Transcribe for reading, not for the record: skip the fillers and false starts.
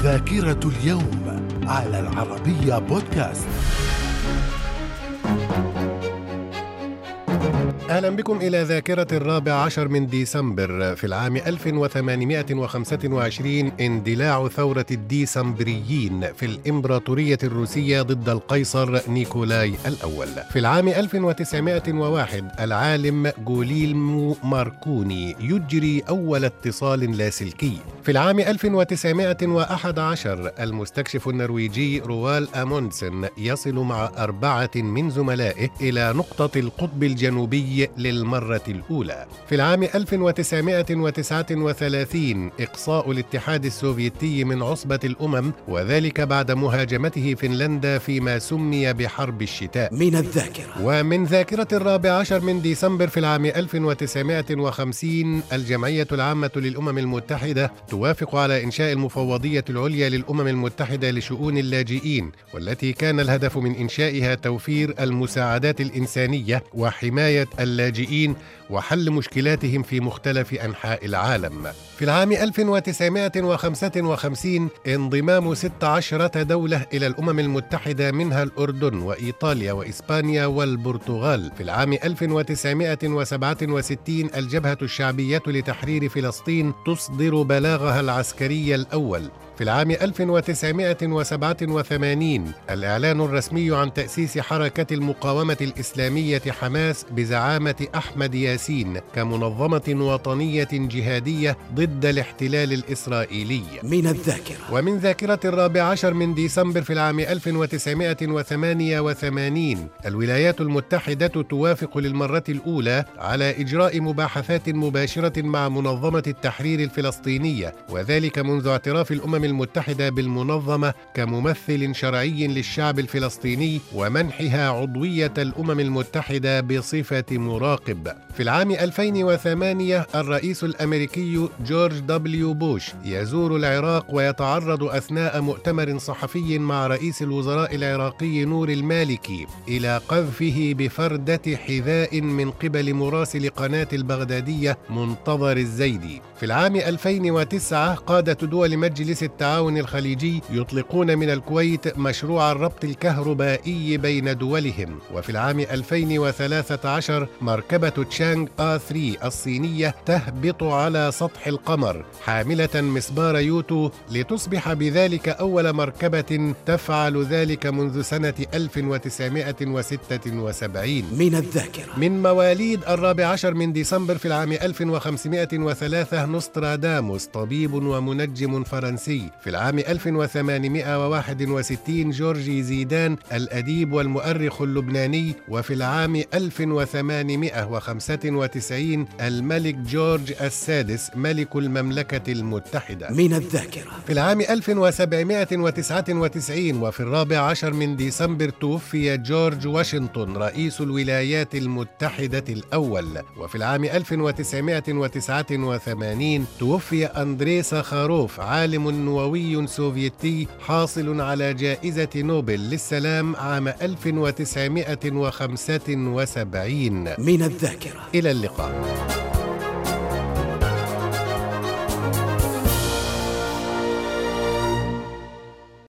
ذاكرة اليوم على العربية بودكاست. أهلا بكم إلى ذاكرة 14 من ديسمبر. في العام 1825 اندلاع ثورة الديسمبريين في الإمبراطورية الروسية ضد القيصر نيكولاي الأول. في العام 1901 العالم غوليلمو ماركوني يجري أول اتصال لاسلكي. في العام 1911 المستكشف النرويجي روال أموندسن يصل مع 4 من زملائه إلى نقطة القطب الجنوبي للمرة الأولى. في العام 1939 إقصاء الاتحاد السوفيتي من عصبة الأمم، وذلك بعد مهاجمته فنلندا فيما سمي بحرب الشتاء. من الذاكرة. ومن ذاكرة 14 من ديسمبر في العام 1950 الجمعية العامة للأمم المتحدة توافق على إنشاء المفوضية العليا للأمم المتحدة لشؤون اللاجئين، والتي كان الهدف من إنشائها توفير المساعدات الإنسانية وحماية اللاجئين وحل مشكلاتهم في مختلف أنحاء العالم. في العام 1955 انضمام 16 دولة إلى الأمم المتحدة، منها الأردن وإيطاليا وإسبانيا والبرتغال. في العام 1967 الجبهة الشعبية لتحرير فلسطين تصدر بلاغها العسكري الأول. في العام 1987 الإعلان الرسمي عن تأسيس حركة المقاومة الإسلامية حماس بزعامة أحمد ياسين كمنظمة وطنية جهادية ضد الاحتلال الإسرائيلي. من الذاكرة. ومن ذاكرة 14 من ديسمبر في العام 1988 الولايات المتحدة توافق للمرة الأولى على إجراء مباحثات مباشرة مع منظمة التحرير الفلسطينية، وذلك منذ اعتراف الأمم المتحدة بالمنظمة كممثل شرعي للشعب الفلسطيني ومنحها عضوية الأمم المتحدة بصفة مراقب. في العام 2008 الرئيس الأمريكي جورج دبليو بوش يزور العراق ويتعرض أثناء مؤتمر صحفي مع رئيس الوزراء العراقي نور المالكي إلى قذفه بفردة حذاء من قبل مراسل قناة البغدادية منتظر الزيدي. في العام 2009 قادة دول مجلس التعاون الخليجي يطلقون من الكويت مشروع الربط الكهربائي بين دولهم. وفي العام 2013 مركبة تشانغ آ3 الصينية تهبط على سطح القمر حاملة مسبار يوتو، لتصبح بذلك أول مركبة تفعل ذلك منذ سنة 1976. من الذاكرة. من مواليد 14 من ديسمبر في العام 1503 نوستراداموس طبيب ومنجم فرنسي. في العام 1861 جورجي زيدان الأديب والمؤرخ اللبناني. وفي العام 1895 الملك جورج السادس ملك المملكة المتحدة. من الذاكرة. في العام 1799 وفي 14 من ديسمبر توفي جورج واشنطن رئيس الولايات المتحدة الأول. وفي العام 1989 توفي أندري ساخاروف عالم نووي سوفيتي حاصل على جائزة نوبل للسلام عام 1975. من الذاكرة. إلى اللقاء.